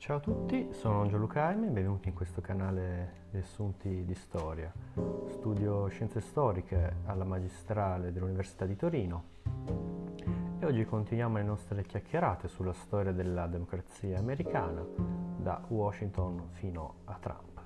Ciao a tutti, sono Gianluca Aime e benvenuti in questo canale Riassunti di Storia. Studio Scienze Storiche alla Magistrale dell'Università di Torino e oggi continuiamo le nostre chiacchierate sulla storia della democrazia americana da Washington fino a Trump.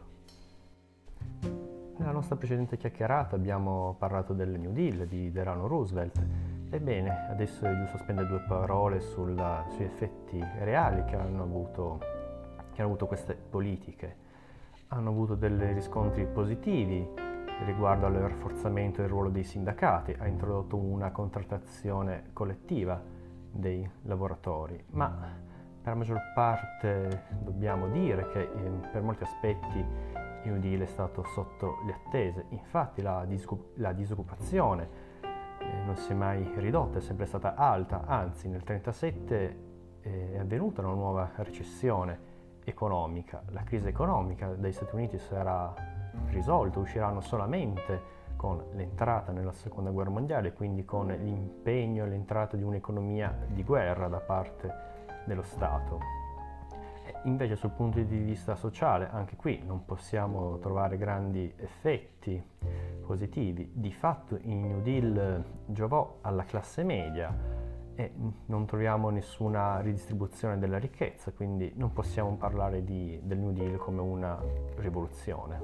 Nella nostra precedente chiacchierata abbiamo parlato del New Deal di Delano Roosevelt. Ebbene, adesso è giusto spendere due parole sui effetti reali che hanno avuto queste politiche. Hanno avuto dei riscontri positivi riguardo al rafforzamento del ruolo dei sindacati, ha introdotto una contrattazione collettiva dei lavoratori, ma per la maggior parte dobbiamo dire che per molti aspetti il New Deal è stato sotto le attese. Infatti la disoccupazione non si è mai ridotta, è sempre stata alta, anzi nel 1937 è avvenuta una nuova recessione economica. La crisi economica degli Stati Uniti sarà risolta, usciranno solamente con l'entrata nella seconda guerra mondiale, quindi con l'impegno e l'entrata di un'economia di guerra da parte dello Stato. Invece sul punto di vista sociale, anche qui non possiamo trovare grandi effetti positivi. Di fatto il New Deal giovò alla classe media e non troviamo nessuna ridistribuzione della ricchezza, quindi non possiamo parlare del New Deal come una rivoluzione.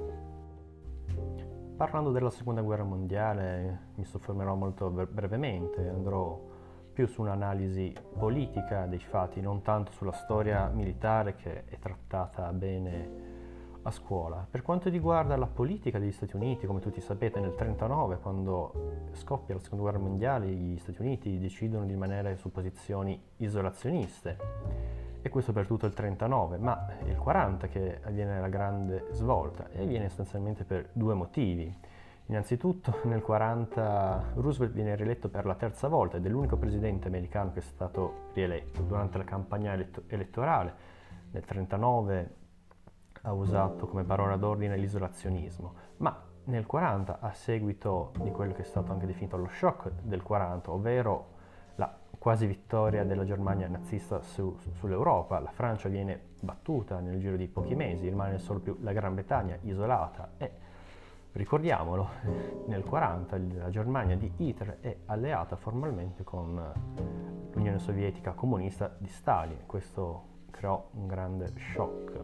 Parlando della seconda guerra mondiale mi soffermerò molto brevemente, andrò più su un'analisi politica dei fatti, non tanto sulla storia militare che è trattata bene a scuola. Per quanto riguarda la politica degli Stati Uniti, come tutti sapete, nel 1939, quando scoppia la seconda guerra mondiale, gli Stati Uniti decidono di rimanere su posizioni isolazioniste, e questo per tutto il 1939, ma è il 1940 che avviene la grande svolta, e avviene sostanzialmente per due motivi. Innanzitutto nel 1940 Roosevelt viene rieletto per la terza volta ed è l'unico presidente americano che è stato rieletto. Durante la campagna elettorale nel 1939 ha usato come parola d'ordine l'isolazionismo, ma nel 1940, a seguito di quello che è stato anche definito lo shock del 1940, ovvero la quasi vittoria della Germania nazista sull'Europa, la Francia viene battuta nel giro di pochi mesi, rimane solo più la Gran Bretagna isolata e, ricordiamolo, nel 1940 la Germania di Hitler è alleata formalmente con l'Unione Sovietica comunista di Stalin. Questo creò un grande shock.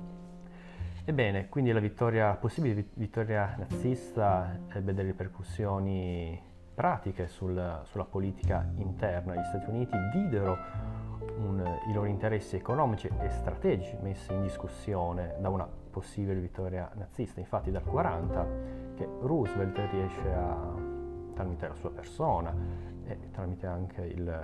Ebbene, quindi la possibile vittoria nazista ebbe delle ripercussioni pratiche sulla politica interna. Gli Stati Uniti videro i loro interessi economici e strategici messi in discussione da una possibile vittoria nazista. Infatti dal 1940 che Roosevelt riesce tramite la sua persona e tramite anche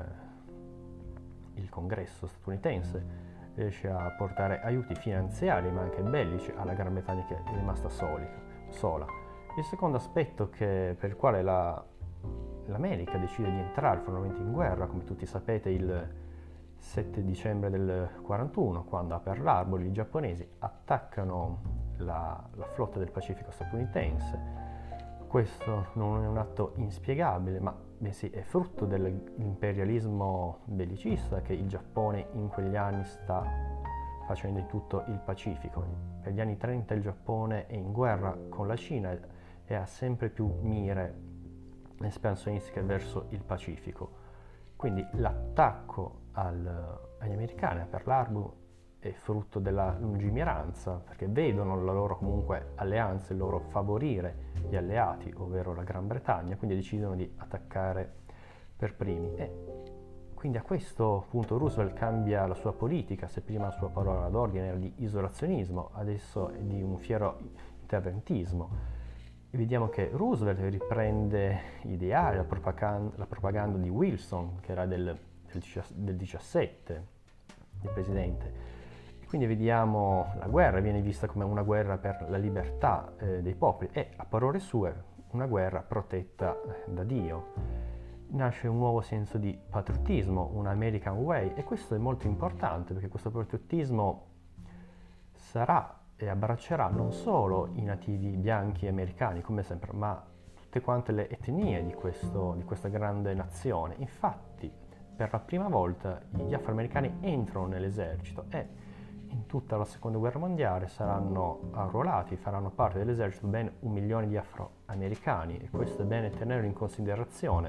il Congresso statunitense, riesce a portare aiuti finanziari ma anche bellici alla Gran Bretagna, che è rimasta sola. Il secondo aspetto per il quale l'America decide di entrare formalmente in guerra, come tutti sapete, il 7 dicembre del 1941, quando a Pearl Harbor i giapponesi attaccano la flotta del Pacifico statunitense. Questo non è un atto inspiegabile, ma bensì è frutto dell'imperialismo bellicista che il Giappone in quegli anni sta facendo in tutto il Pacifico. Per gli anni 30 il Giappone è in guerra con la Cina e ha sempre più mire espansionistiche verso il Pacifico. Quindi l'attacco agli americani a Pearl Harbor è frutto della lungimiranza, perché vedono la loro comunque alleanza, il loro favorire gli alleati, ovvero la Gran Bretagna, quindi decidono di attaccare per primi. E quindi a questo punto Roosevelt cambia la sua politica. Se prima la sua parola d'ordine era di isolazionismo, adesso è di un fiero interventismo. E vediamo che Roosevelt riprende gli ideali, la propaganda di Wilson, che era del 17, il presidente. Quindi vediamo la guerra viene vista come una guerra per la libertà dei popoli e, a parole sue, una guerra protetta da Dio. Nasce un nuovo senso di patriottismo, un American Way, e questo è molto importante perché questo patriottismo sarà e abbraccerà non solo i nativi bianchi americani, come sempre, ma tutte quante le etnie di questa grande nazione. Infatti, per la prima volta gli afroamericani entrano nell'esercito e in tutta la seconda guerra mondiale saranno arruolati, faranno parte dell'esercito ben 1 milione di afroamericani, e questo è bene tenerlo in considerazione.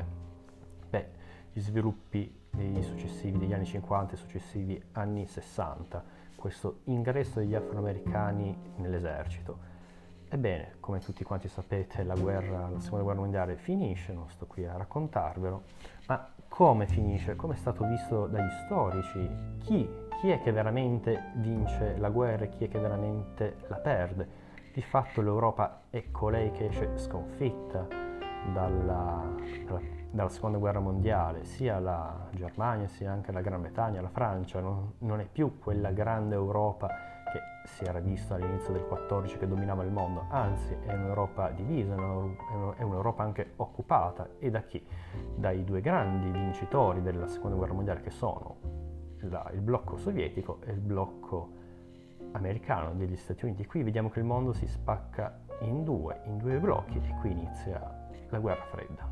Gli sviluppi degli anni 50 e successivi anni 60, questo ingresso degli afroamericani nell'esercito. Ebbene, come tutti quanti sapete, la seconda guerra mondiale finisce, non sto qui a raccontarvelo, ma come finisce, come è stato visto dagli storici, chi è che veramente vince la guerra e chi è che veramente la perde. Di fatto l'Europa è colei che esce sconfitta dalla seconda guerra mondiale, sia la Germania sia anche la Gran Bretagna, la Francia, non è più quella grande Europa che si era vista all'inizio del 14 che dominava il mondo, anzi è un'Europa divisa, è un'Europa anche occupata. E da chi? Dai due grandi vincitori della seconda guerra mondiale, che sono il blocco sovietico e il blocco americano degli Stati Uniti. Qui vediamo che il mondo si spacca in due blocchi, e qui inizia la guerra fredda.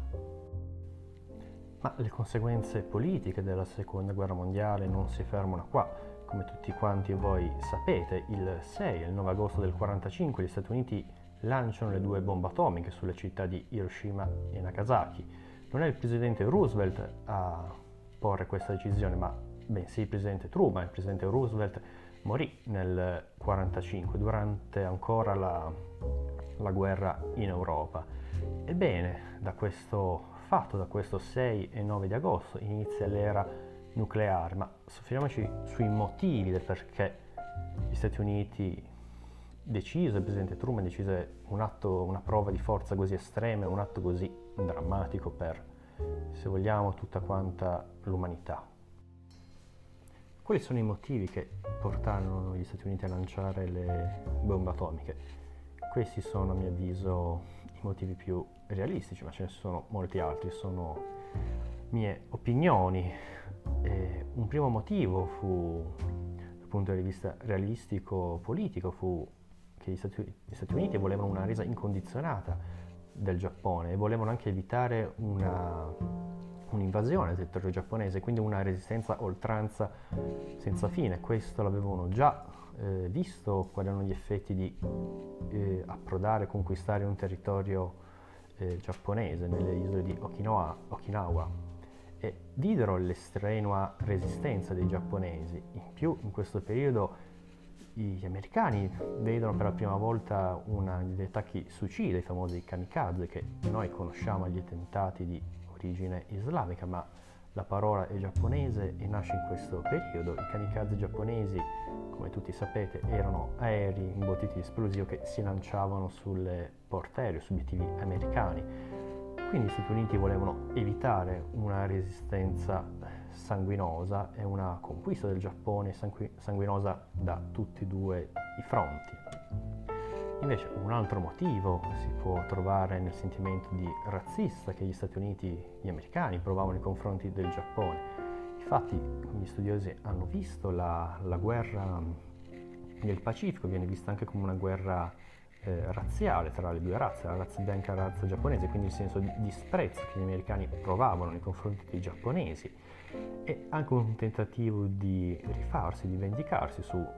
Ma le conseguenze politiche della seconda guerra mondiale non si fermano qua. Come tutti quanti voi sapete, il 6 e il 9 agosto del 1945 gli Stati Uniti lanciano le 2 bombe atomiche sulle città di Hiroshima e Nagasaki. Non è il presidente Roosevelt a porre questa decisione, ma bensì il presidente Truman. Il presidente Roosevelt morì nel 1945, durante ancora la guerra in Europa. Ebbene, da questo 6 e 9 di agosto inizia l'era nucleare, ma soffermiamoci sui motivi del perché gli Stati Uniti il presidente Truman decise una prova di forza così estrema, un atto così drammatico per, se vogliamo, tutta quanta l'umanità. Quali sono i motivi che portarono gli Stati Uniti a lanciare le bombe atomiche? Questi sono, a mio avviso, i motivi più realistici, ma ce ne sono molti altri, sono mie opinioni. Un primo motivo dal punto di vista realistico-politico, fu che gli Stati Uniti volevano una resa incondizionata del Giappone e volevano anche evitare un'invasione del territorio giapponese, quindi una resistenza a oltranza senza fine. Questo l'avevano già visto, quali erano gli effetti di approdare e conquistare un territorio giapponese nelle isole di Okinawa. E videro l'estrenua resistenza dei giapponesi. In più, in questo periodo, gli americani vedono per la prima volta degli attacchi suicidi, i famosi kamikaze, che noi conosciamo agli attentati di origine islamica, ma la parola è giapponese e nasce in questo periodo. I kamikaze giapponesi, come tutti sapete, erano aerei imbottiti di esplosivo che si lanciavano sulle portaerei, su obiettivi americani. Quindi gli Stati Uniti volevano evitare una resistenza sanguinosa e una conquista del Giappone sanguinosa da tutti e due i fronti. Invece un altro motivo si può trovare nel sentimento razzista che gli americani provavano nei confronti del Giappone. Infatti, gli studiosi hanno visto la guerra del Pacifico, viene vista anche come una guerra razziale tra le due razze, la razza bianca e la razza giapponese, quindi il senso di disprezzo che gli americani provavano nei confronti dei giapponesi, e anche un tentativo di rifarsi, di vendicarsi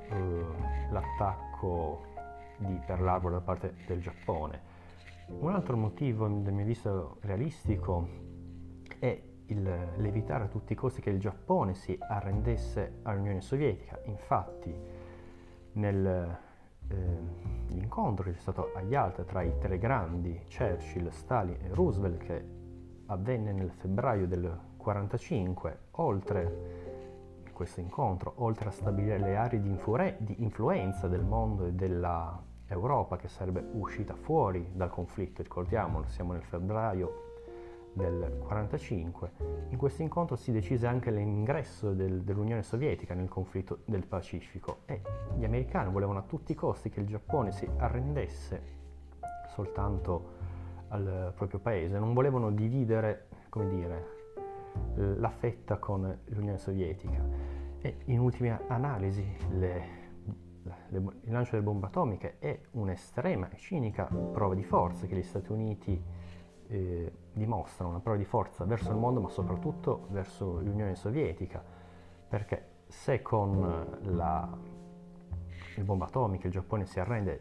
sull'attacco di Pearl Harbor da parte del Giappone. Un altro motivo, dal mio visto realistico, è l'evitare a tutti i costi che il Giappone si arrendesse all'Unione Sovietica. Infatti, l'incontro che c'è stato a Yalta tra i 3 grandi, Churchill, Stalin e Roosevelt, che avvenne nel febbraio del 1945, questo incontro, oltre a stabilire le aree di influenza del mondo e dell'Europa che sarebbe uscita fuori dal conflitto, ricordiamolo, siamo nel febbraio del 1945, in questo incontro si decise anche l'ingresso dell'Unione Sovietica nel conflitto del Pacifico, e gli americani volevano a tutti i costi che il Giappone si arrendesse soltanto al proprio paese, non volevano dividere, come dire, la fetta con l'Unione Sovietica. E in ultima analisi il lancio delle bombe atomiche è un'estrema e cinica prova di forza che gli Stati Uniti dimostrano, una prova di forza verso il mondo, ma soprattutto verso l'Unione Sovietica, perché se con il bomba atomica, il Giappone si arrende,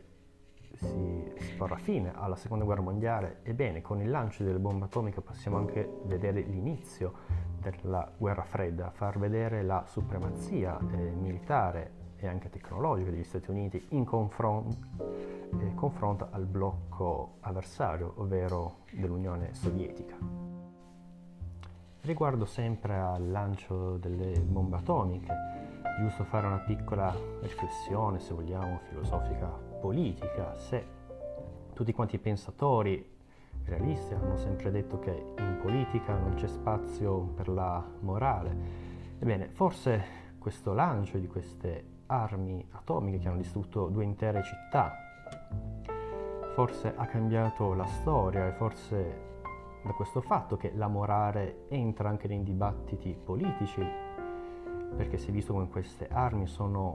si porrà fine alla seconda guerra mondiale. Ebbene, con il lancio delle bombe atomiche possiamo anche vedere l'inizio della guerra fredda, far vedere la supremazia militare e anche tecnologica degli Stati Uniti in confronto al blocco avversario, ovvero dell'Unione Sovietica. Riguardo sempre al lancio delle bombe atomiche, giusto fare una piccola riflessione, se vogliamo, filosofica, politica. Se tutti quanti i pensatori realisti hanno sempre detto che in politica non c'è spazio per la morale, ebbene, forse questo lancio di queste armi atomiche che hanno distrutto 2 intere città forse ha cambiato la storia, e forse da questo fatto che la morale entra anche nei dibattiti politici, perché si è visto come queste armi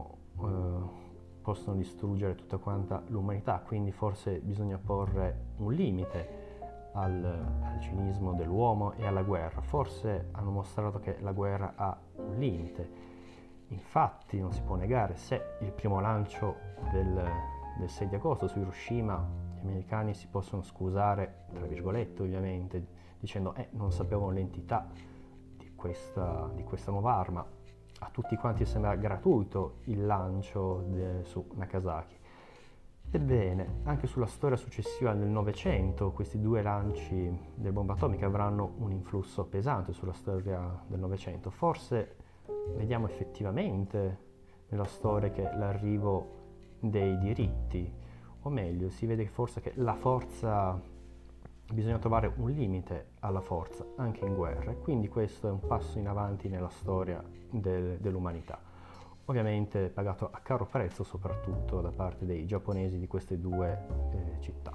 possono distruggere tutta quanta l'umanità, quindi forse bisogna porre un limite al cinismo dell'uomo e alla guerra. Forse hanno mostrato che la guerra ha un limite. Infatti non si può negare, se il primo lancio del 6 di agosto su Hiroshima, gli americani si possono scusare, tra virgolette ovviamente, dicendo non sapevano l'entità di questa nuova arma. A tutti quanti sembra gratuito il lancio su Nagasaki. Ebbene, anche sulla storia successiva del Novecento, questi 2 lanci delle bombe atomiche avranno un influsso pesante sulla storia del Novecento. Forse vediamo effettivamente nella storia che l'arrivo dei diritti, o meglio, si vede forse che la forza, bisogna trovare un limite alla forza anche in guerra, e quindi questo è un passo in avanti nella storia dell'umanità, ovviamente pagato a caro prezzo soprattutto da parte dei giapponesi di queste 2 città.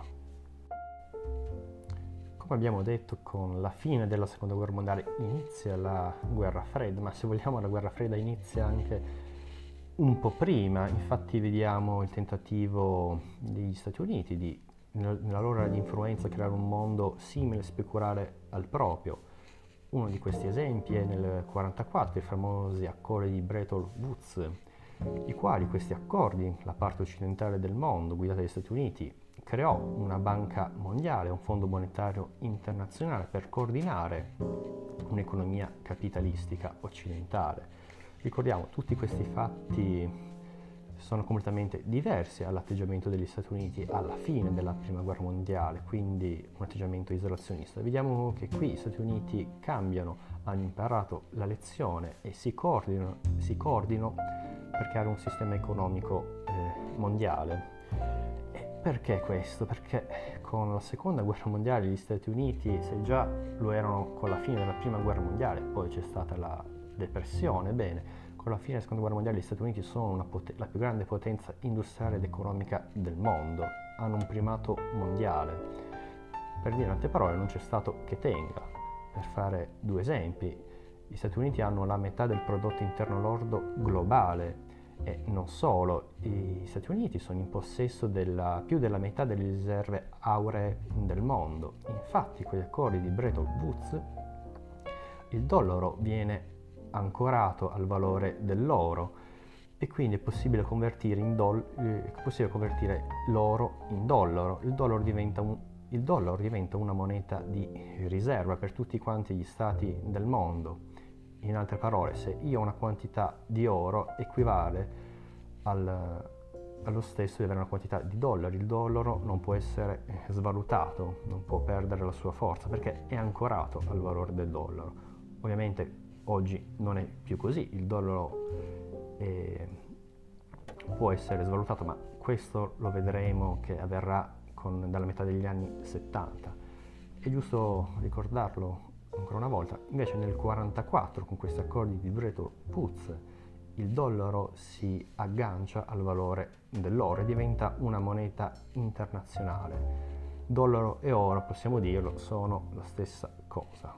Come abbiamo detto, con la fine della seconda guerra mondiale inizia la guerra fredda, ma se vogliamo la guerra fredda inizia anche un po' prima. Infatti vediamo il tentativo degli Stati Uniti nella loro influenza, creare un mondo simile e speculare al proprio. Uno di questi esempi è nel 1944, i famosi accordi di Bretton Woods, i quali questi accordi, la parte occidentale del mondo guidata dagli Stati Uniti, creò una banca mondiale, un fondo monetario internazionale per coordinare un'economia capitalistica occidentale. Ricordiamo, tutti questi fatti sono completamente diversi all'atteggiamento degli Stati Uniti alla fine della Prima Guerra Mondiale, quindi un atteggiamento isolazionista. Vediamo che qui gli Stati Uniti cambiano, hanno imparato la lezione e si coordinano per creare un sistema economico mondiale. Perché questo? Perché con la seconda guerra mondiale gli Stati Uniti, se già lo erano con la fine della prima guerra mondiale, poi c'è stata la depressione, bene, con la fine della seconda guerra mondiale gli Stati Uniti sono la più grande potenza industriale ed economica del mondo, hanno un primato mondiale. Per dire in altre parole, non c'è stato che tenga. Per fare 2 esempi, gli Stati Uniti hanno la metà del prodotto interno lordo globale. E non solo, gli Stati Uniti sono in possesso più della metà delle riserve auree del mondo. Infatti, con gli accordi di Bretton Woods, il dollaro viene ancorato al valore dell'oro e quindi è possibile convertire l'oro in dollaro. Il dollaro diventa una moneta di riserva per tutti quanti gli stati del mondo. In altre parole, se io ho una quantità di oro, equivale allo stesso di avere una quantità di dollari. Il dollaro non può essere svalutato, non può perdere la sua forza perché è ancorato al valore del dollaro. Ovviamente oggi non è più così, il dollaro può essere svalutato, ma questo lo vedremo che avverrà dalla metà degli anni 70. È giusto ricordarlo ancora una volta. Invece nel 1944, con questi accordi di Bretton Woods, il dollaro si aggancia al valore dell'oro e diventa una moneta internazionale. Dollaro e oro, possiamo dirlo, sono la stessa cosa.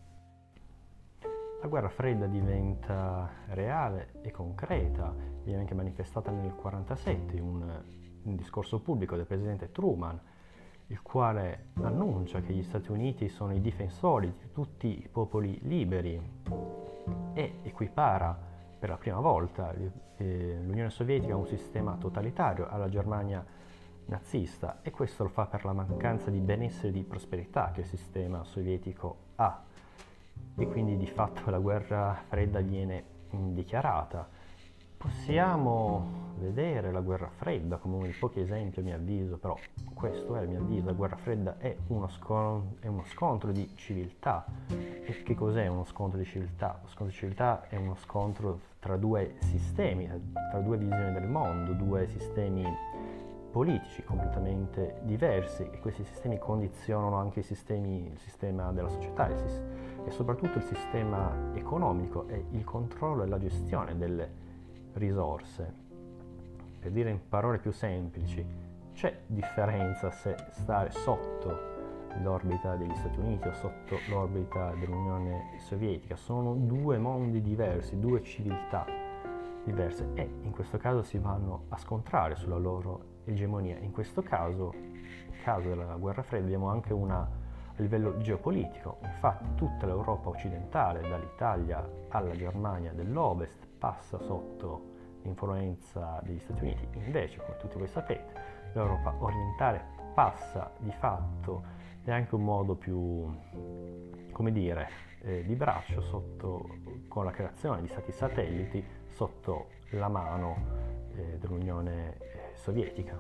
La guerra fredda diventa reale e concreta, viene anche manifestata nel 1947 un discorso pubblico del presidente Truman, il quale annuncia che gli Stati Uniti sono i difensori di tutti i popoli liberi e equipara per la prima volta l'Unione Sovietica ha un sistema totalitario alla Germania nazista, e questo lo fa per la mancanza di benessere e di prosperità che il sistema sovietico ha, e quindi di fatto la guerra fredda viene dichiarata. Possiamo vedere la guerra fredda come uno dei pochi esempi, a mio avviso, però questo è a mio avviso, la guerra fredda è uno scontro di civiltà. E che cos'è uno scontro di civiltà? Lo scontro di civiltà è uno scontro tra due sistemi, tra due visioni del mondo, due sistemi politici completamente diversi, e questi sistemi condizionano anche il sistema della società e soprattutto il sistema economico e il controllo e la gestione delle risorse. Per dire in parole più semplici, c'è differenza se stare sotto l'orbita degli Stati Uniti o sotto l'orbita dell'Unione Sovietica. Sono due mondi diversi, due civiltà diverse, e in questo caso si vanno a scontrare sulla loro egemonia. In questo caso, nel caso della guerra fredda, abbiamo anche a livello geopolitico. Infatti tutta l'Europa occidentale, dall'Italia alla Germania dell'Ovest, passa sotto l'influenza degli Stati Uniti. Invece, come tutti voi sapete, l'Europa orientale passa di fatto, e anche un modo più, come dire, di braccio, con la creazione di stati satelliti sotto la mano dell'Unione Sovietica.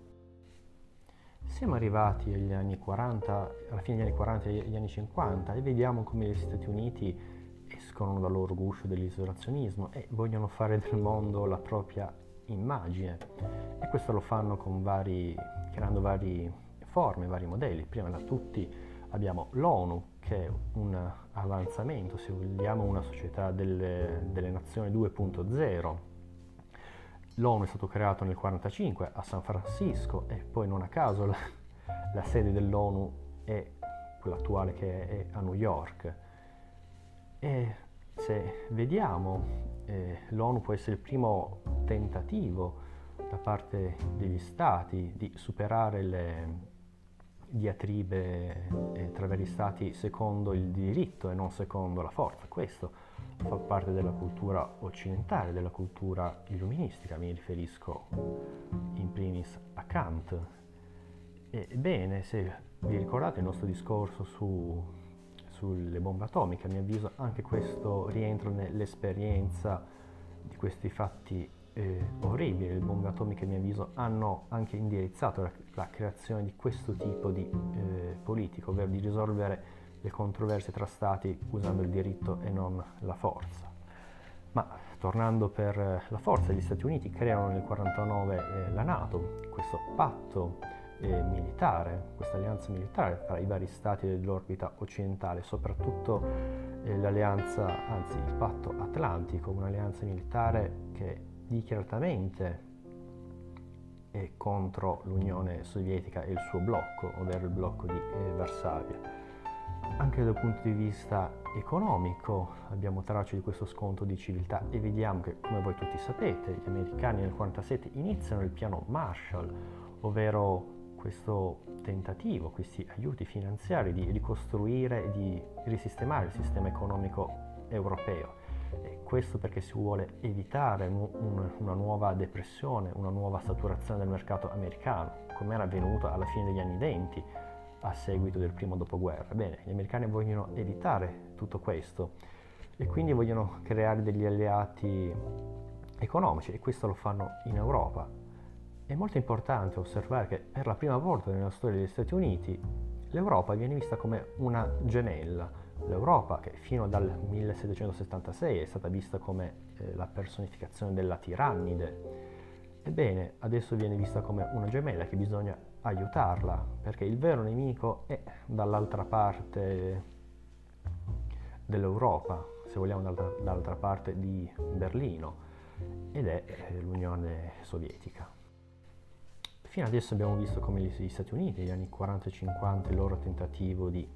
Siamo arrivati agli anni 40, alla fine degli anni 40 e agli anni 50, e vediamo come gli Stati Uniti escono dal loro guscio dell'isolazionismo e vogliono fare del mondo la propria immagine, e questo lo fanno creando varie forme, vari modelli. Prima da tutti abbiamo l'ONU, che è un avanzamento, se vogliamo, una società delle nazioni 2.0. L'ONU è stato creato nel 1945 a San Francisco, e poi non a caso la sede dell'ONU è quella attuale, che è a New York. E se vediamo, l'ONU può essere il primo tentativo da parte degli stati di superare le diatribe tra vari stati secondo il diritto e non secondo la forza. Questo fa parte della cultura occidentale, della cultura illuministica. Mi riferisco in primis a Kant. Ebbene, se vi ricordate il nostro discorso sulle bombe atomiche, a mio avviso anche questo rientra nell'esperienza di questi fatti orribili. Le bombe atomiche, a mio avviso, hanno anche indirizzato la creazione di questo tipo di politica, ovvero di risolvere le controversie tra stati usando il diritto e non la forza. Ma tornando per la forza, gli Stati Uniti creano nel 1949 la NATO, questo patto militare, questa alleanza militare tra i vari stati dell'orbita occidentale, soprattutto il patto atlantico, un'alleanza militare che dichiaratamente è contro l'Unione Sovietica e il suo blocco, ovvero il blocco di Varsavia. Anche dal punto di vista economico abbiamo tracce di questo scontro di civiltà, e vediamo che, come voi tutti sapete, gli americani nel 1947 iniziano il piano Marshall, ovvero questo tentativo, questi aiuti finanziari di ricostruire e di risistemare il sistema economico europeo. E questo perché si vuole evitare una nuova depressione, una nuova saturazione del mercato americano, come era avvenuto alla fine degli anni 20 a seguito del primo dopoguerra. Bene, gli americani vogliono evitare tutto questo e quindi vogliono creare degli alleati economici, e questo lo fanno in Europa. È molto importante osservare che per la prima volta nella storia degli Stati Uniti l'Europa viene vista come una gemella. L'Europa, che fino dal 1776 è stata vista come la personificazione della tirannide, ebbene adesso viene vista come una gemella che bisogna aiutarla, perché il vero nemico è dall'altra parte dell'Europa, se vogliamo dall'altra parte di Berlino, ed è l'Unione Sovietica. Fino adesso abbiamo visto come gli Stati Uniti, negli anni 40 e 50, il loro tentativo di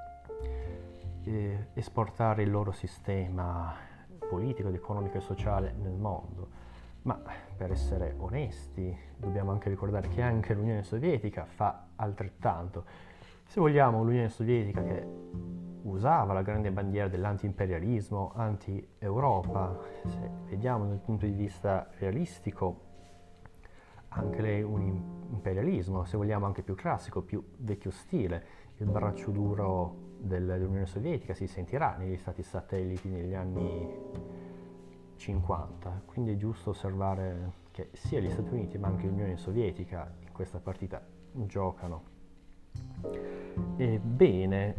esportare il loro sistema politico, economico e sociale nel mondo. Ma per essere onesti dobbiamo anche ricordare che anche l'Unione Sovietica fa altrettanto. Se vogliamo, l'Unione Sovietica, che usava la grande bandiera dell'anti-imperialismo, anti-Europa. Se vediamo dal punto di vista realistico, anche lei un imperialismo, se vogliamo anche più classico, più vecchio stile. Il braccio duro dell'Unione Sovietica si sentirà negli stati satelliti negli anni 50, quindi è giusto osservare che sia gli Stati Uniti ma anche l'Unione Sovietica in questa partita giocano. Ebbene,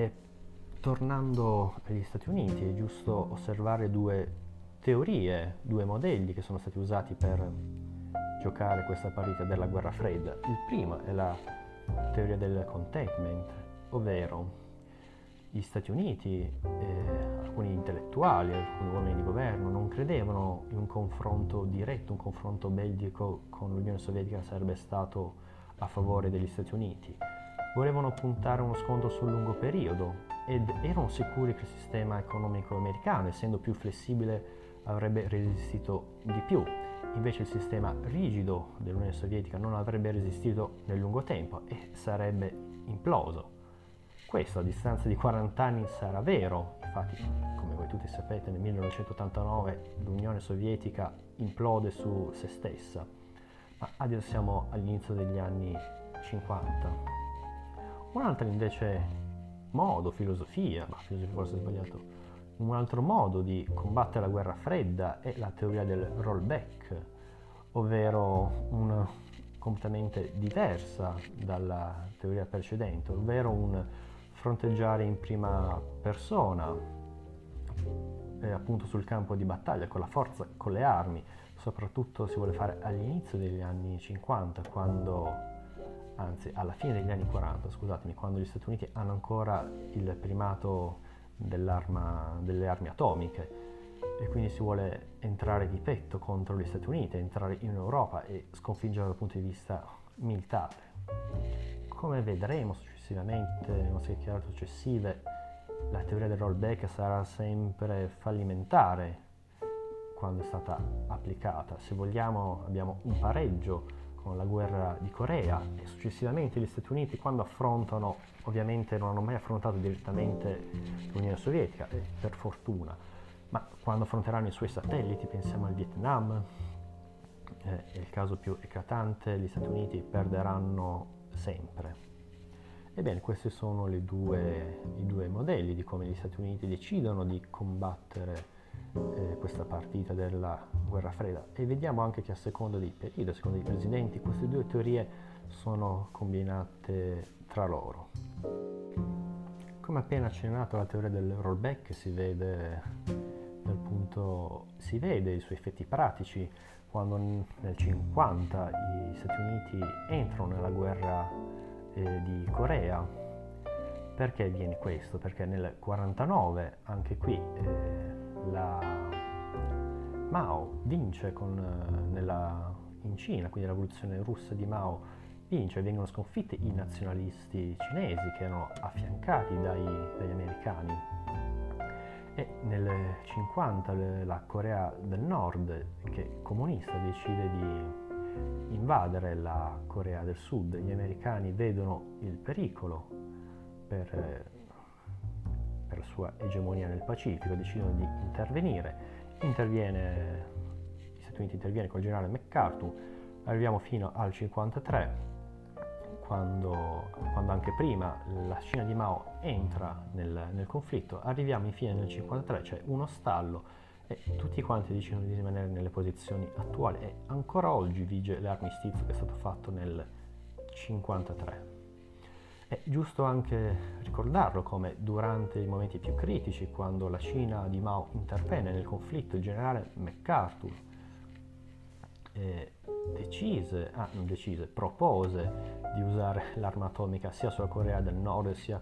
tornando agli Stati Uniti, è giusto osservare due teorie, due modelli che sono stati usati per giocare questa partita della guerra fredda. Il primo è la teoria del contentment, ovvero gli Stati Uniti, alcuni intellettuali, alcuni uomini di governo non credevano in un confronto diretto, un confronto bellico con l'Unione Sovietica sarebbe stato a favore degli Stati Uniti. Volevano puntare uno scontro sul lungo periodo ed erano sicuri che il sistema economico americano, essendo più flessibile, avrebbe resistito di più. Invece il sistema rigido dell'Unione Sovietica non avrebbe resistito nel lungo tempo e sarebbe imploso. Questo a distanza di 40 anni sarà vero, infatti come voi tutti sapete nel 1989 l'Unione Sovietica implode su se stessa, ma adesso siamo all'inizio degli anni 50. Un altro invece modo, filosofia forse è sbagliato, un altro modo di combattere la guerra fredda è la teoria del rollback, ovvero completamente diversa dalla teoria precedente, ovvero un fronteggiare in prima persona, appunto sul campo di battaglia, con la forza, con le armi, soprattutto si vuole fare all'inizio degli anni 50, anzi alla fine degli anni 40, scusatemi, quando gli Stati Uniti hanno ancora il primato delle armi atomiche e quindi si vuole entrare di petto contro gli Stati Uniti, entrare in Europa e sconfiggere dal punto di vista militare. Come vedremo successivamente, nelle chiacchierate successive, la teoria del rollback sarà sempre fallimentare quando è stata applicata. Se vogliamo abbiamo un pareggio con la guerra di Corea e successivamente gli Stati Uniti quando affrontano, ovviamente non hanno mai affrontato direttamente l'Unione Sovietica, per fortuna, ma quando affronteranno i suoi satelliti, pensiamo al Vietnam, è il caso più eclatante, gli Stati Uniti perderanno sempre. Ebbene, questi sono i due modelli di come gli Stati Uniti decidono di combattere questa partita della guerra fredda e vediamo anche che a seconda dei periodi, a seconda dei presidenti, queste due teorie sono combinate tra loro. Come appena accennato, la teoria del rollback si vede i suoi effetti pratici quando nel 50 gli Stati Uniti entrano nella guerra di Corea. Perché avviene questo? Perché nel 49 anche qui Mao vince in Cina, quindi la rivoluzione russa di Mao vince e vengono sconfitti i nazionalisti cinesi che erano affiancati dagli americani. E nel 50 la Corea del Nord, che è comunista, decide di invadere la Corea del Sud. Gli americani vedono il pericolo per la sua egemonia nel Pacifico, decidono di intervenire. Gli Stati Uniti interviene col generale MacArthur, arriviamo fino al 53, quando anche prima la Cina di Mao entra nel conflitto, arriviamo infine nel 53, c'è uno stallo e tutti quanti decidono di rimanere nelle posizioni attuali e ancora oggi vige l'armistizio che è stato fatto nel 53. È giusto anche ricordarlo come durante i momenti più critici, quando la Cina di Mao intervenne nel conflitto, il generale MacArthur propose di usare l'arma atomica sia sulla Corea del Nord sia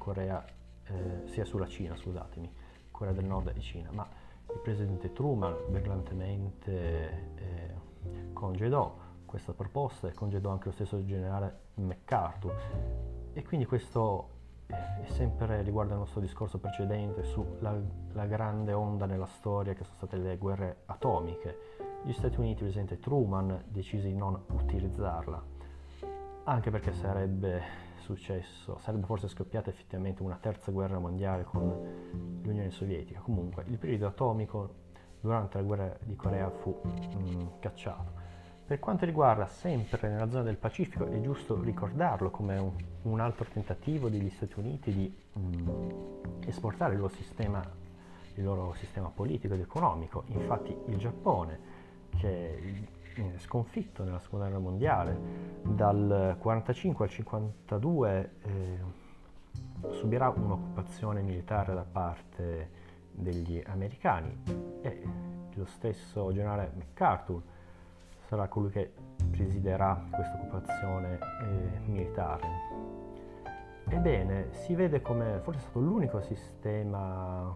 sulla Cina, Corea del Nord e Cina, ma il presidente Truman brillantemente congedò questa proposta e congedò anche lo stesso generale MacArthur. E quindi questo riguarda il nostro discorso precedente sulla grande onda nella storia che sono state le guerre atomiche. Gli Stati Uniti, il presidente Truman, decise di non utilizzarla. anche perché sarebbe forse scoppiata effettivamente una terza guerra mondiale con l'Unione Sovietica. Comunque il periodo atomico durante la guerra di Corea fu cacciato. Per quanto riguarda sempre nella zona del Pacifico, è giusto ricordarlo come un altro tentativo degli Stati Uniti di esportare il loro sistema politico ed economico. Infatti il Giappone, che è sconfitto nella seconda guerra mondiale, dal 45 al 52 subirà un'occupazione militare da parte degli americani e lo stesso generale MacArthur sarà colui che presiderà questa occupazione militare. Ebbene, si vede come forse è stato l'unico sistema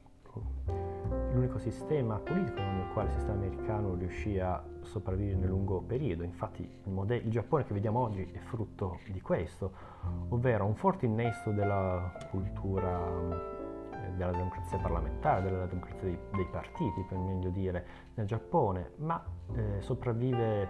politico nel quale il sistema americano riuscì a sopravvivere nel lungo periodo. Infatti il Giappone che vediamo oggi è frutto di questo, ovvero un forte innesto della cultura della democrazia parlamentare, della democrazia dei partiti, per meglio dire, nel Giappone, ma sopravvive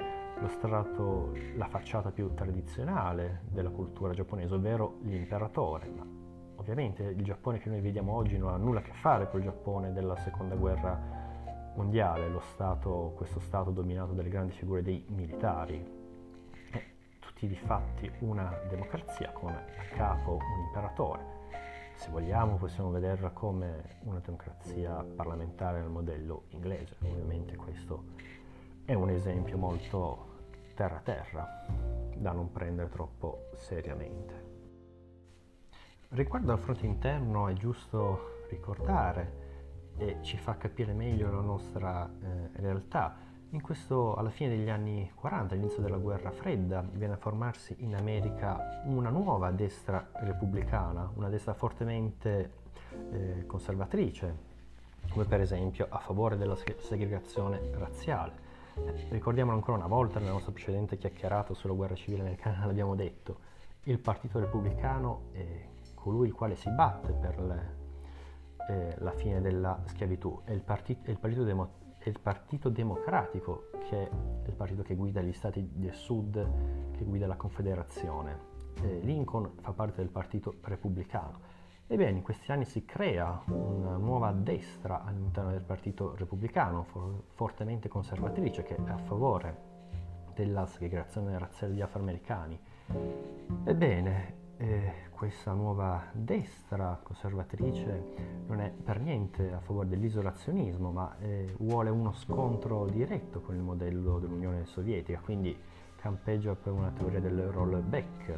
la facciata più tradizionale della cultura giapponese, ovvero l'imperatore. Ma ovviamente il Giappone che noi vediamo oggi non ha nulla a che fare con il Giappone della seconda guerra mondiale, questo stato dominato dalle grandi figure dei militari. È tutti di fatti una democrazia con a capo un imperatore. Se vogliamo possiamo vederla come una democrazia parlamentare nel modello inglese. Ovviamente questo è un esempio molto terra-terra, da non prendere troppo seriamente. Riguardo al fronte interno è giusto ricordare e ci fa capire meglio la nostra realtà. Alla fine degli anni 40, all'inizio della guerra fredda, viene a formarsi in America una nuova destra repubblicana, una destra fortemente conservatrice, come per esempio a favore della segregazione razziale. Ricordiamolo ancora una volta, nella nostra precedente chiacchierata sulla guerra civile americana l'abbiamo detto, il Partito Repubblicano è colui il quale si batte per la fine della schiavitù, è il Partito Democratico, che è il partito che guida gli stati del sud, che guida la Confederazione. Lincoln fa parte del Partito Repubblicano. Ebbene, in questi anni si crea una nuova destra all'interno del Partito Repubblicano, fortemente conservatrice, che è a favore della segregazione razziale degli afroamericani. Ebbene, questa nuova destra conservatrice non è per niente a favore dell'isolazionismo, ma vuole uno scontro diretto con il modello dell'Unione Sovietica, quindi campeggia per una teoria del rollback.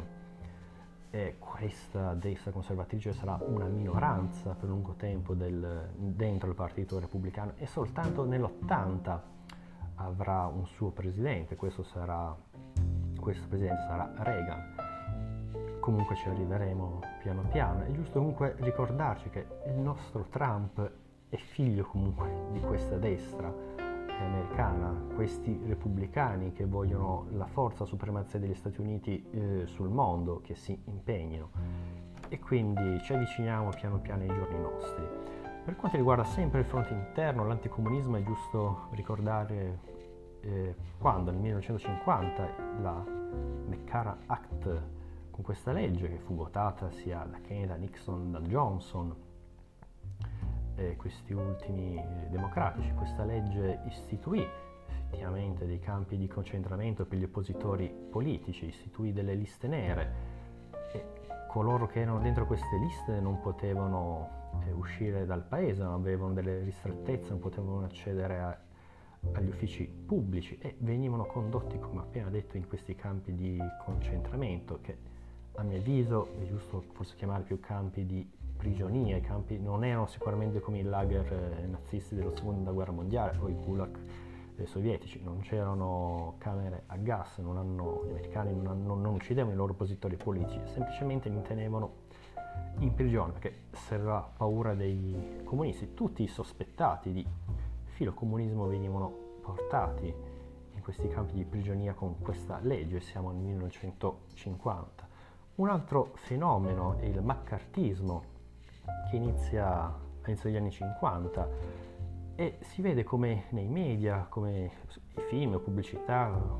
E questa destra conservatrice sarà una minoranza per lungo tempo dentro il Partito Repubblicano e soltanto nell'80 avrà un suo presidente, questo presidente sarà Reagan. Comunque ci arriveremo piano piano. È giusto comunque ricordarci che il nostro Trump è figlio comunque di questa destra americana, questi repubblicani che vogliono la forza supremazia degli Stati Uniti sul mondo, che si impegnino, e quindi ci avviciniamo piano piano ai giorni nostri. Per quanto riguarda sempre il fronte interno, l'anticomunismo, è giusto ricordare quando nel 1950 la McCarran Act, con questa legge che fu votata sia da Kennedy, da Nixon, da Johnson, questi ultimi democratici, questa legge istituì effettivamente dei campi di concentramento per gli oppositori politici, istituì delle liste nere e coloro che erano dentro queste liste non potevano uscire dal paese, non avevano delle ristrettezze, non potevano accedere agli uffici pubblici e venivano condotti, come appena detto, in questi campi di concentramento che a mio avviso è giusto forse chiamare più campi di prigionia. I campi non erano sicuramente come i lager nazisti della seconda guerra mondiale o i gulag sovietici, non c'erano camere a gas, gli americani non uccidevano i loro oppositori politici, semplicemente li tenevano in prigione perché serviva paura dei comunisti. Tutti i sospettati di filocomunismo venivano portati in questi campi di prigionia con questa legge, siamo nel 1950. Un altro fenomeno è il maccartismo, che inizia all'inizio degli anni 50 e si vede come nei media, come i film o pubblicità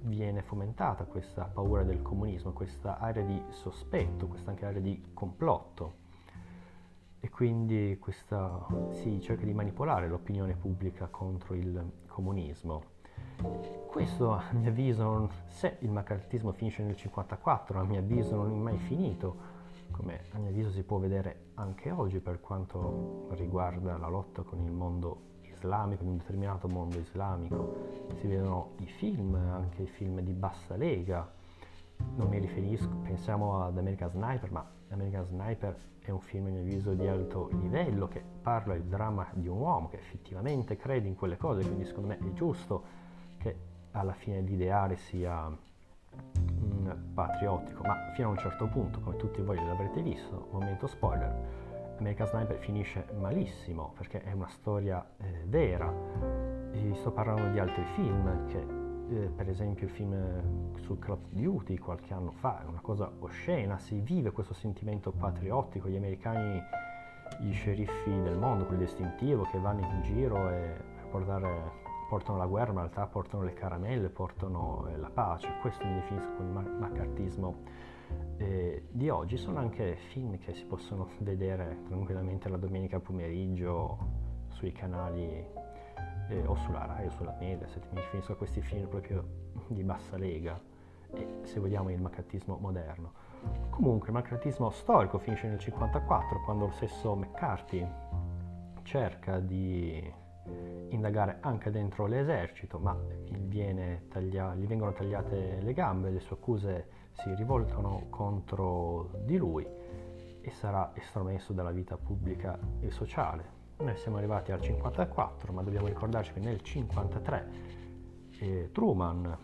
viene fomentata questa paura del comunismo, questa area di sospetto, questa anche area di complotto, e quindi si cerca di manipolare l'opinione pubblica contro il comunismo. Questo, a mio avviso, se il maccartismo finisce nel 1954, a mio avviso non è mai finito, come a mio avviso si può vedere anche oggi per quanto riguarda la lotta con il mondo islamico, in un determinato mondo islamico. Si vedono i film, anche i film di bassa lega. Non mi riferisco, pensiamo ad American Sniper, ma American Sniper è un film a mio avviso di alto livello che parla del dramma di un uomo che effettivamente crede in quelle cose, quindi secondo me è giusto che alla fine l'ideale sia patriottico, ma fino a un certo punto, come tutti voi l'avrete visto, momento spoiler, American Sniper finisce malissimo perché è una storia vera. E sto parlando di altri film che per esempio il film su Call of Duty qualche anno fa è una cosa oscena, si vive questo sentimento patriottico, gli americani, gli sceriffi del mondo, quelli distintivo che vanno in giro e portano la guerra, ma in realtà portano le caramelle, portano la pace. Questo mi definisco con il maccartismo di oggi. Sono anche film che si possono vedere tranquillamente la domenica pomeriggio sui canali o sulla Rai o sulla Mediaset. Mi riferisco a questi film proprio di bassa lega e, se vogliamo, il maccartismo moderno. Comunque il maccartismo storico finisce nel 1954, quando lo stesso McCarthy cerca di indagare anche dentro l'esercito, ma gli vengono tagliate le gambe, le sue accuse si rivoltano contro di lui e sarà estromesso dalla vita pubblica e sociale. Noi siamo arrivati al 54, ma dobbiamo ricordarci che nel 53 Truman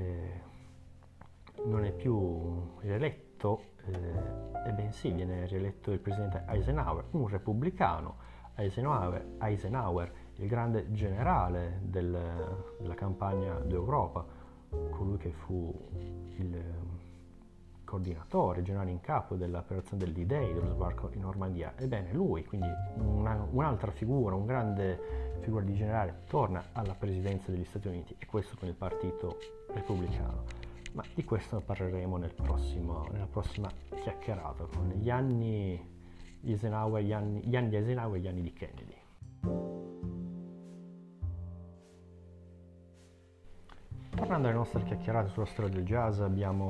non è più rieletto, e bensì viene rieletto il presidente Eisenhower, un repubblicano. Eisenhower, il grande generale della campagna d'Europa, colui che fu il coordinatore, generale in capo dell'operazione del D-Day, dello sbarco in Normandia. Ebbene, lui, quindi un'altra figura, un grande figura di generale, torna alla presidenza degli Stati Uniti, e questo con il partito repubblicano. Ma di questo parleremo nella prossima chiacchierata, con gli anni di Eisenhower, gli anni di Eisenhower e gli anni di Kennedy. Tornando alle nostre chiacchierate sulla storia del jazz,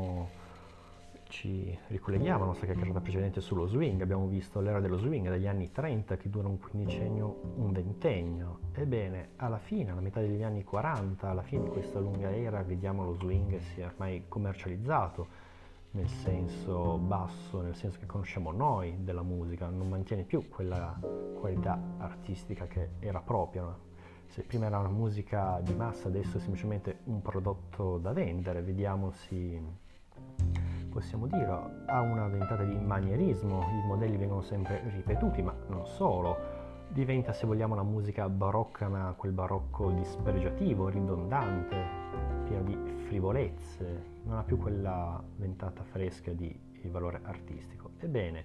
ci ricolleghiamo alla nostra chiacchierata precedente sullo swing. Abbiamo visto l'era dello swing dagli anni 30 che dura un quindicennio, un ventennio. Ebbene, alla metà degli anni 40, alla fine di questa lunga era, vediamo lo swing si è ormai commercializzato nel senso basso, nel senso che conosciamo noi della musica, non mantiene più quella qualità artistica che era propria, no? Se prima era una musica di massa, adesso è semplicemente un prodotto da vendere. Possiamo dire, ha una ventata di manierismo, i modelli vengono sempre ripetuti, ma non solo. Diventa, se vogliamo, una musica barocca, ma quel barocco dispregiativo, ridondante, pieno di frivolezze, non ha più quella ventata fresca di valore artistico. Ebbene,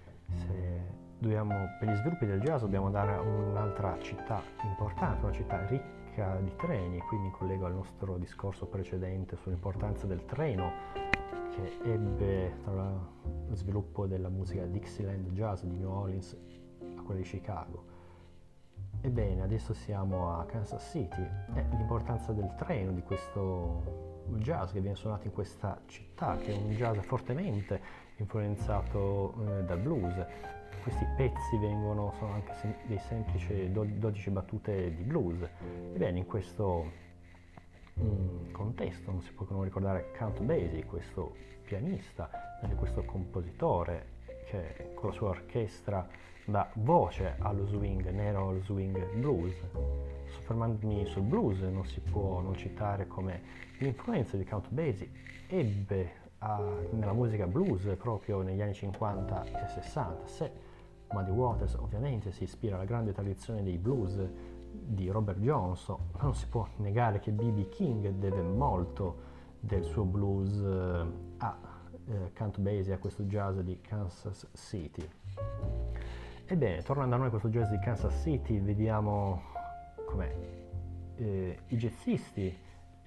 per gli sviluppi del jazz dobbiamo andare a un'altra città importante, una città ricca di treni, e qui mi collego al nostro discorso precedente sull'importanza del treno, che ebbe tra lo sviluppo della musica Dixieland jazz di New Orleans a quella di Chicago. Ebbene, adesso siamo a Kansas City e l'importanza del treno, di questo jazz che viene suonato in questa città, che è un jazz fortemente influenzato dal blues. Questi pezzi sono anche dei semplici 12 battute di blues. Ebbene, in questo contesto non si può non ricordare Count Basie, questo pianista, anche questo compositore che con la sua orchestra dà voce allo swing nero, allo swing blues. Soffermandomi sul blues, non si può non citare come l'influenza di Count Basie ebbe nella musica blues proprio negli anni 50 e 60. Se Muddy Waters ovviamente si ispira alla grande tradizione dei blues di Robert Johnson, non si può negare che B.B. King deve molto del suo blues a Count Basie, a questo jazz di Kansas City. Ebbene, tornando a noi, questo jazz di Kansas City, vediamo come i jazzisti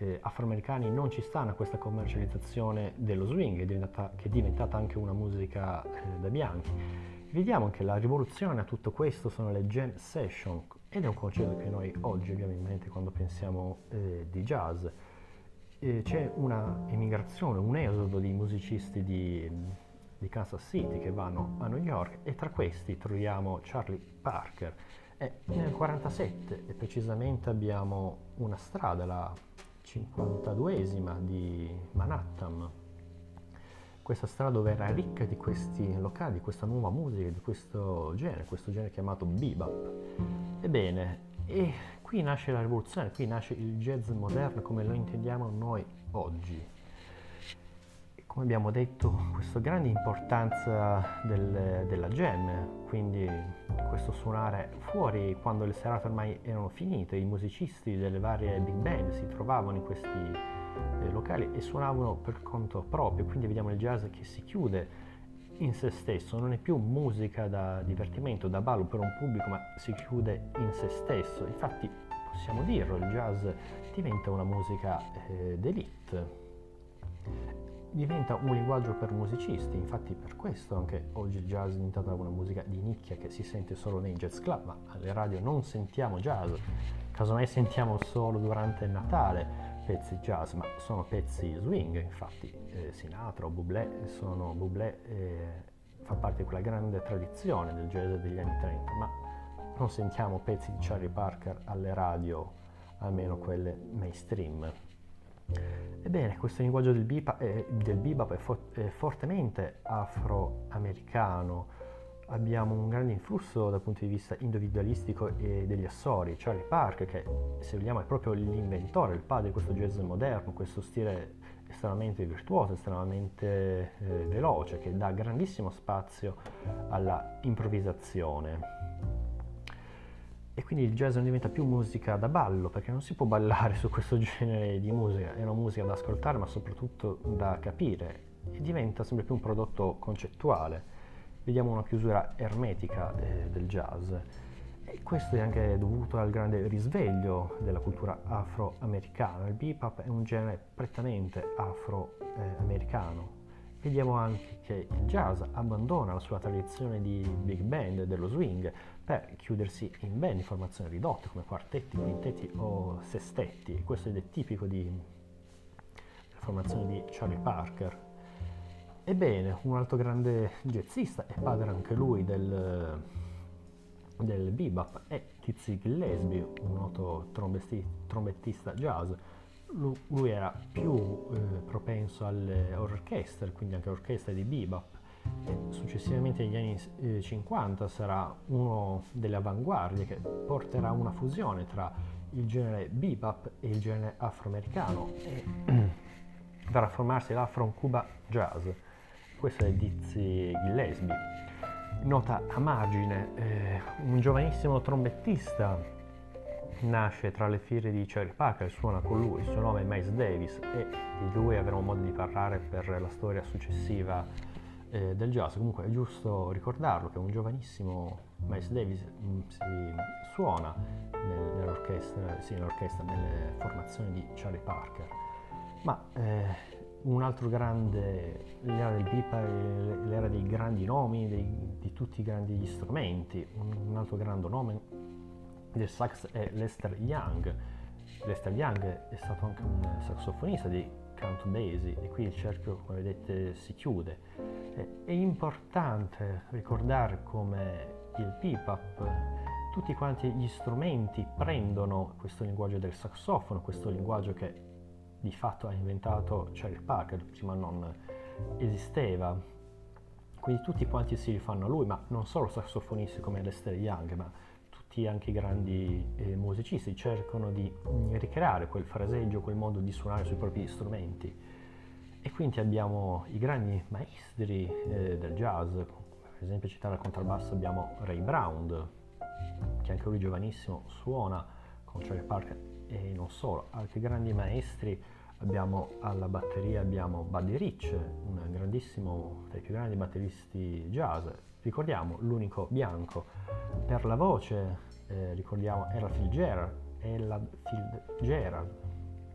afroamericani non ci stanno a questa commercializzazione dello swing, che è diventata anche una musica da bianchi. Vediamo che la rivoluzione a tutto questo sono le jam session, ed è un concetto che noi oggi abbiamo in mente quando pensiamo di jazz. C'è una emigrazione, un esodo di musicisti di Kansas City che vanno a New York, e tra questi troviamo Charlie Parker. E nel 1947 e precisamente abbiamo una strada, la 52esima di Manhattan. Questa strada dove era ricca di questi locali, di questa nuova musica, di questo genere chiamato bebop. Ebbene, e qui nasce la rivoluzione, qui nasce il jazz moderno come lo intendiamo noi oggi. Come abbiamo detto, questa grande importanza della jam, quindi questo suonare fuori quando le serate ormai erano finite, i musicisti delle varie big band si trovavano in questi locali e suonavano per conto proprio, quindi vediamo il jazz che si chiude in se stesso, non è più musica da divertimento, da ballo per un pubblico, ma si chiude in se stesso. Infatti possiamo dirlo, il jazz diventa una musica d'élite. Diventa un linguaggio per musicisti, infatti per questo anche oggi il jazz è diventata una musica di nicchia che si sente solo nei jazz club, ma alle radio non sentiamo jazz, casomai sentiamo solo durante il Natale pezzi jazz, ma sono pezzi swing, infatti Sinatra o Bublé fa parte di quella grande tradizione del jazz degli anni 30, ma non sentiamo pezzi di Charlie Parker alle radio, almeno quelle mainstream. Ebbene, questo linguaggio del bebop è fortemente afroamericano. Abbiamo un grande influsso dal punto di vista individualistico e degli assori. Charlie Parker, che se vogliamo è proprio l'inventore, il padre di questo jazz moderno, questo stile estremamente virtuoso, estremamente veloce, che dà grandissimo spazio alla improvvisazione. E quindi il jazz non diventa più musica da ballo, perché non si può ballare su questo genere di musica, è una musica da ascoltare ma soprattutto da capire, e diventa sempre più un prodotto concettuale. Vediamo una chiusura ermetica del jazz, e questo è anche dovuto al grande risveglio della cultura afroamericana. Il bebop è un genere prettamente afroamericano. Vediamo anche che il jazz abbandona la sua tradizione di big band, dello swing, per chiudersi in band di formazione ridotte come quartetti, quintetti o sestetti. Questo è tipico della formazione di Charlie Parker. Ebbene, un altro grande jazzista, e padre anche lui del bebop, è Dizzy Gillespie, un noto trombettista jazz. Lui era più propenso alle orchestre, quindi anche orchestre di bebop, e successivamente negli anni 50 sarà uno delle avanguardie che porterà una fusione tra il genere bebop e il genere afroamericano, e verrà a formarsi l'Afro-Cuba Jazz. Questo è Dizzy Gillespie. Nota a margine, un giovanissimo trombettista nasce tra le file di Charlie Parker, suona con lui, il suo nome è Miles Davis, e di lui avremo modo di parlare per la storia successiva del jazz. Comunque è giusto ricordarlo che un giovanissimo Miles Davis suona nell'orchestra, nelle formazioni di Charlie Parker. Ma un altro grande, l'era del bebop, l'era dei grandi nomi, di tutti i grandi strumenti. Un altro grande nome del sax è Lester Young. Lester Young è stato anche un saxofonista di Count Basie, e qui il cerchio, come vedete, si chiude. È importante ricordare come il bebop, tutti quanti gli strumenti prendono questo linguaggio del sassofono, questo linguaggio che di fatto ha inventato Charlie Parker, prima non esisteva. Quindi tutti quanti si rifanno a lui, ma non solo sassofonisti come Lester Young, ma tutti anche i grandi musicisti cercano di ricreare quel fraseggio, quel modo di suonare sui propri strumenti. E quindi abbiamo i grandi maestri del jazz, per esempio citare al contrabbasso abbiamo Ray Brown, che anche lui giovanissimo suona con Charlie Parker, e non solo, altri grandi maestri. Abbiamo alla batteria abbiamo Buddy Rich, un grandissimo, tra i più grandi batteristi jazz, ricordiamo l'unico bianco. Per la voce ricordiamo Ella Fitzgerald,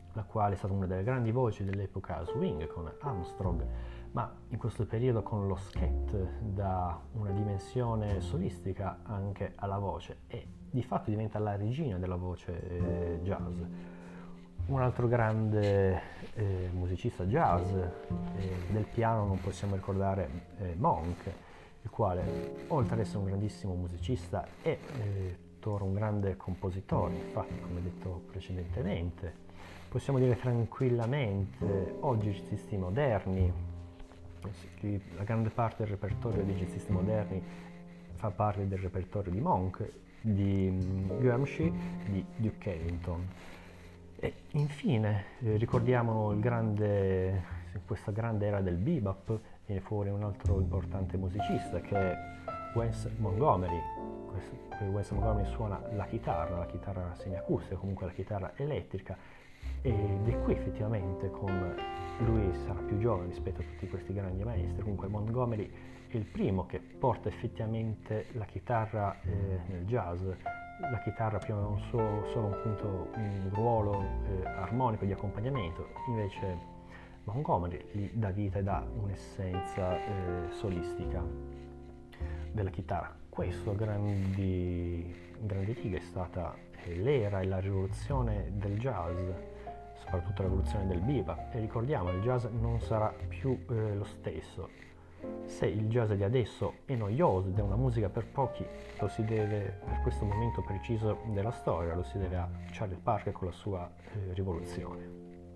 la quale è stata una delle grandi voci dell'epoca swing con Armstrong, ma in questo periodo con lo scat dà una dimensione solistica anche alla voce e di fatto diventa la regina della voce jazz. Un altro grande musicista jazz del piano non possiamo ricordare Monk, il quale oltre ad essere un grandissimo musicista è un grande compositore. Infatti, come detto precedentemente, possiamo dire tranquillamente oggi i jazzisti moderni, la grande parte del repertorio dei jazzisti moderni fa parte del repertorio di Monk, di Gramsci, di Duke Ellington. E infine ricordiamo questa grande era del bebop, viene fuori un altro importante musicista che è Wes Montgomery. Wes Montgomery suona la chitarra semiacustica, comunque la chitarra elettrica, ed è qui effettivamente lui sarà più giovane rispetto a tutti questi grandi maestri. Comunque Montgomery è il primo che porta effettivamente la chitarra nel jazz. La chitarra prima non solo un ruolo armonico di accompagnamento, invece Montgomery gli dà vita e dà un'essenza solistica della chitarra. Questo grande riga è stata l'era e la rivoluzione del jazz, soprattutto la rivoluzione del bebop, e ricordiamo il jazz non sarà più lo stesso. Se il jazz di adesso è noioso ed è una musica per pochi, lo si deve, per questo momento preciso della storia, lo si deve a Charlie Parker con la sua rivoluzione.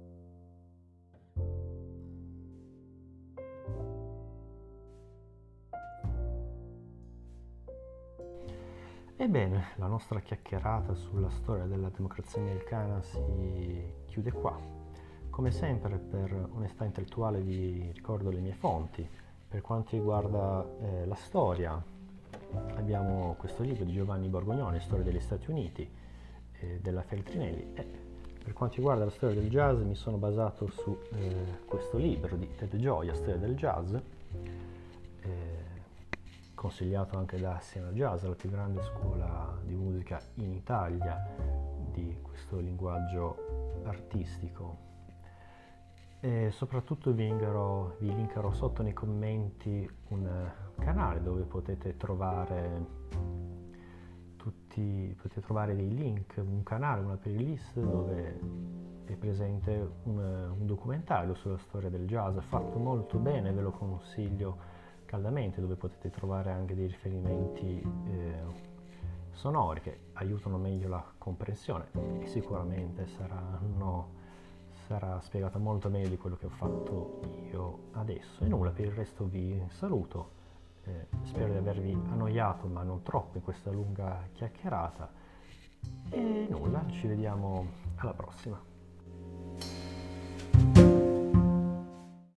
Ebbene, la nostra chiacchierata sulla storia della democrazia americana si chiude qua. Come sempre, per onestà intellettuale vi ricordo le mie fonti. Per quanto riguarda la storia, abbiamo questo libro di Giovanni Borgognoni, Storia degli Stati Uniti, della Feltrinelli, e per quanto riguarda la storia del jazz mi sono basato su questo libro di Ted Gioia, Storia del Jazz, consigliato anche da Siena Jazz, la più grande scuola di musica in Italia di questo linguaggio artistico. E soprattutto vi linkerò sotto nei commenti un canale dove potete trovare dei link, un canale, una playlist dove è presente un documentario sulla storia del jazz fatto molto bene, ve lo consiglio caldamente, dove potete trovare anche dei riferimenti sonori che aiutano meglio la comprensione e sicuramente sarà spiegata molto meglio di quello che ho fatto io adesso. E nulla, per il resto vi saluto, spero di avervi annoiato ma non troppo in questa lunga chiacchierata, e nulla, ci vediamo alla prossima.